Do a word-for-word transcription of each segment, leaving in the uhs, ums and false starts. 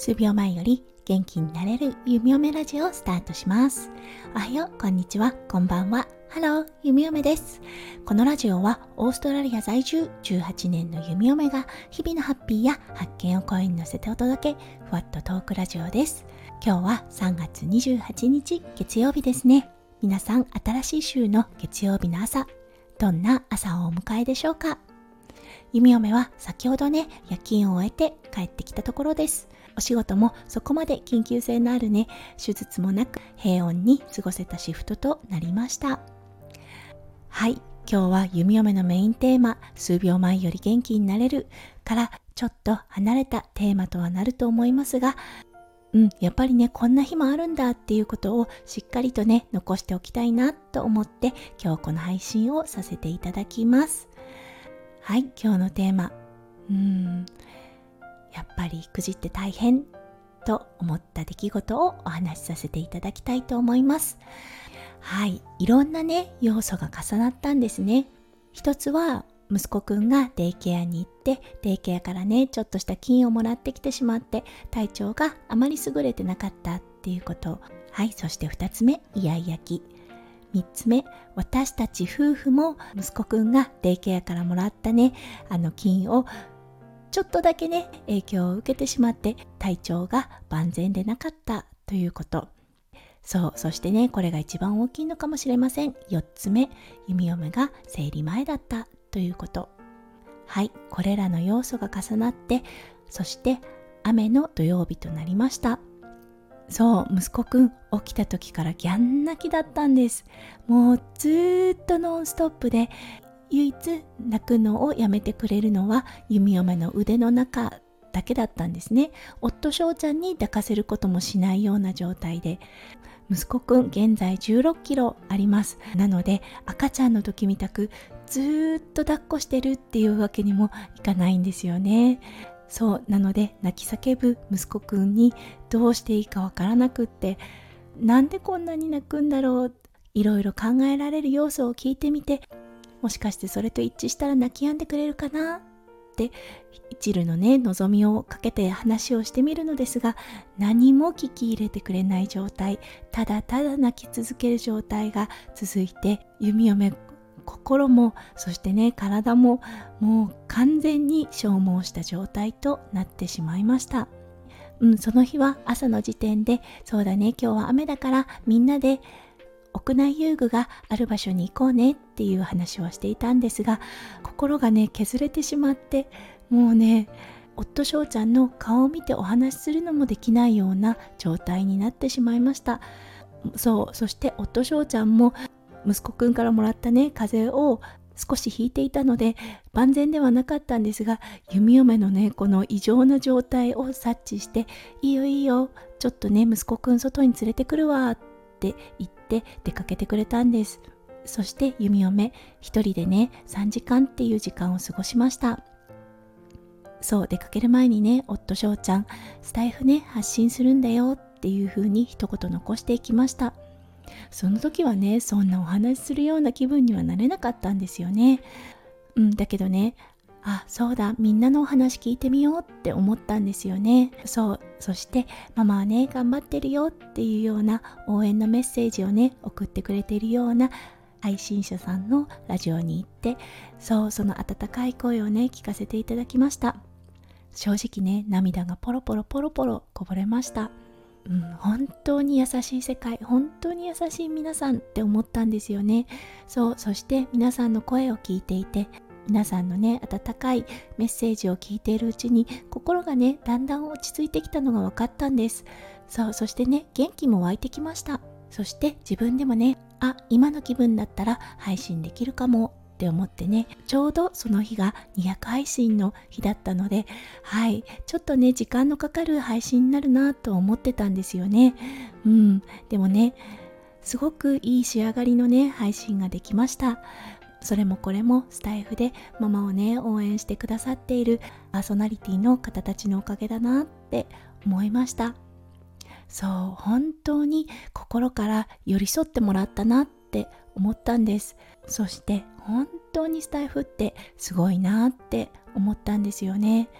数秒前より元気になれるゆみおめラジオをスタートします。おはよう、こんにちは、こんばんは。ハロー、ゆみおめです。このラジオはオーストラリア在住じゅうはちねんのゆみおめが日々のハッピーや発見を声に乗せてお届け、ふわっとトークラジオです。今日はさんがつにじゅうはちにち月曜日ですね。皆さん、新しい週の月曜日の朝、どんな朝をお迎えでしょうか。ゆみおめは先ほどね、夜勤を終えて帰ってきたところです。お仕事もそこまで緊急性のあるね、手術もなく平穏に過ごせたシフトとなりました。はい、今日はゆみおめのメインテーマ、数秒前より元気になれるからちょっと離れたテーマとはなると思いますが、うん、やっぱりね、こんな日もあるんだっていうことをしっかりとね、残しておきたいなと思って今日この配信をさせていただきます。はい、今日のテーマ、うーん、やっぱり育児って大変と思った出来事をお話しさせていただきたいと思います。はい、いろんなね、要素が重なったんですね。一つは息子くんがデイケアに行って、デイケアからね、ちょっとした菌をもらってきてしまって、体調があまり優れてなかったっていうこと。はい、そして二つ目、イヤイヤ期。三つ目、私たち夫婦も息子くんがデイケアからもらったね、あの菌をちょっとだけね、影響を受けてしまって体調が万全でなかったということ。そう、そしてね、これが一番大きいのかもしれません。よっつめ、ゆみおめが生理前だったということ。はい、これらの要素が重なって、そして雨の土曜日となりました。そう、息子くん起きた時からギャン泣きだったんです。もうずーっとノンストップで、唯一泣くのをやめてくれるのはゆみおめの腕の中だけだったんですね。夫翔ちゃんに抱かせることもしないような状態で、息子くん現在じゅうろっキロあります。なので赤ちゃんの時みたくずーっと抱っこしてるっていうわけにもいかないんですよね。そうなので、泣き叫ぶ息子くんにどうしていいかわからなくって、なんでこんなに泣くんだろう、いろいろ考えられる要素を聞いてみて、もしかしてそれと一致したら泣き止んでくれるかなって一縷のね、望みをかけて話をしてみるのですが、何も聞き入れてくれない状態、ただただ泣き続ける状態が続いて、ゆみおめ心もそしてね、体ももう完全に消耗した状態となってしまいました。うん、その日は朝の時点で、そうだね、今日は雨だからみんなで屋内遊具がある場所に行こうねっていう話をしていたんですが、心がね、削れてしまって、もうね、夫翔ちゃんの顔を見てお話しするのもできないような状態になってしまいました。そう、そして夫翔ちゃんも息子くんからもらったね、風邪を少し引いていたので万全ではなかったんですが、ゆみおめのね、この異常な状態を察知して、いいよいいよ、ちょっとね、息子くん外に連れてくるわって言って出かけてくれたんです。そしてゆみおめ一人でね、さんじかんっていう時間を過ごしました。そう、出かける前にね、夫翔ちゃんスタイフね、発信するんだよっていう風に一言残していきました。その時はね、そんなお話しするような気分にはなれなかったんですよね。うん、だけどね、あ、そうだ、みんなのお話聞いてみようって思ったんですよね。そう、そしてママはね、頑張ってるよっていうような応援のメッセージをね、送ってくれているような配信者さんのラジオに行って、そう、その温かい声をね、聞かせていただきました。正直ね、涙がポロポロポロポロこぼれました。うん、本当に優しい世界、本当に優しい皆さんって思ったんですよね。そう、そして皆さんの声を聞いていて、皆さんのね、温かいメッセージを聞いているうちに、心がね、だんだん落ち着いてきたのが分かったんです。そう、そしてね、元気も湧いてきました。そして自分でもね、あ、今の気分だったら配信できるかもって思ってね、ちょうどその日がにひゃく配信の日だったので、はい、ちょっとね、時間のかかる配信になるなと思ってたんですよね。うん、でもね、すごくいい仕上がりのね、配信ができました。それもこれもスタイフでママをね、応援してくださっているパーソナリティの方たちのおかげだなって思いました。そう、本当に心から寄り添ってもらったなって思ったんです。そして本当にスタイフってすごいなって思ったんですよね。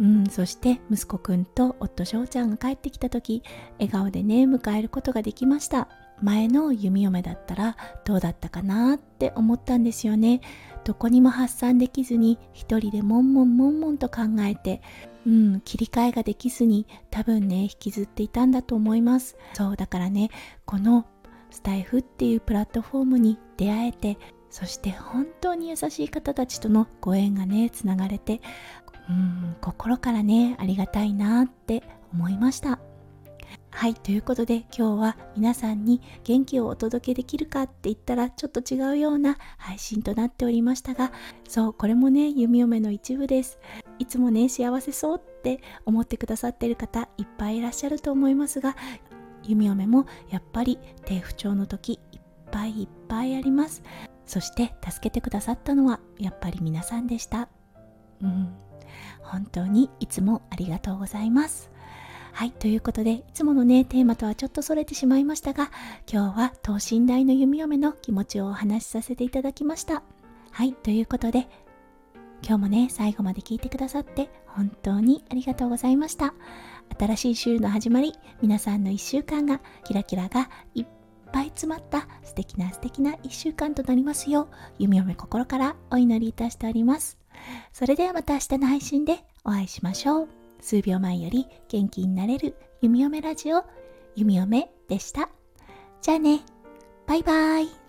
うん、そして息子くんと夫翔ちゃんが帰ってきた時、笑顔でね迎えることができました。前の弓嫁だったらどうだったかなって思ったんですよね。どこにも発散できずに一人でもんもんもんもんと考えて、うん、切り替えができずに多分ね引きずっていたんだと思います。そうだからね、このスタイフっていうプラットフォームに出会えて、そして本当に優しい方たちとのご縁がねつながれて、うん、心からねありがたいなって思いました。はい、ということで今日は皆さんに元気をお届けできるかって言ったらちょっと違うような配信となっておりましたが、そう、これもね弓嫁の一部です。いつもね幸せそうって思ってくださっている方いっぱいいらっしゃると思いますが、弓嫁もやっぱり低不調の時いっぱいいっぱいあります。そして助けてくださったのはやっぱり皆さんでした。うん、本当にいつもありがとうございます。はい、ということでいつものねテーマとはちょっとそれてしまいましたが、今日は等身大の弓嫁の気持ちをお話しさせていただきました。はい、ということで今日もね最後まで聞いてくださって本当にありがとうございました。新しい週の始まり、皆さんのいっしゅうかんがキラキラがいっぱい詰まった素敵な素敵ないっしゅうかんとなりますよう、弓嫁心からお祈りいたしております。それではまた明日の配信でお会いしましょう。数秒前より元気になれる弓嫁ラジオ、弓嫁でした。じゃあね、バイバイ。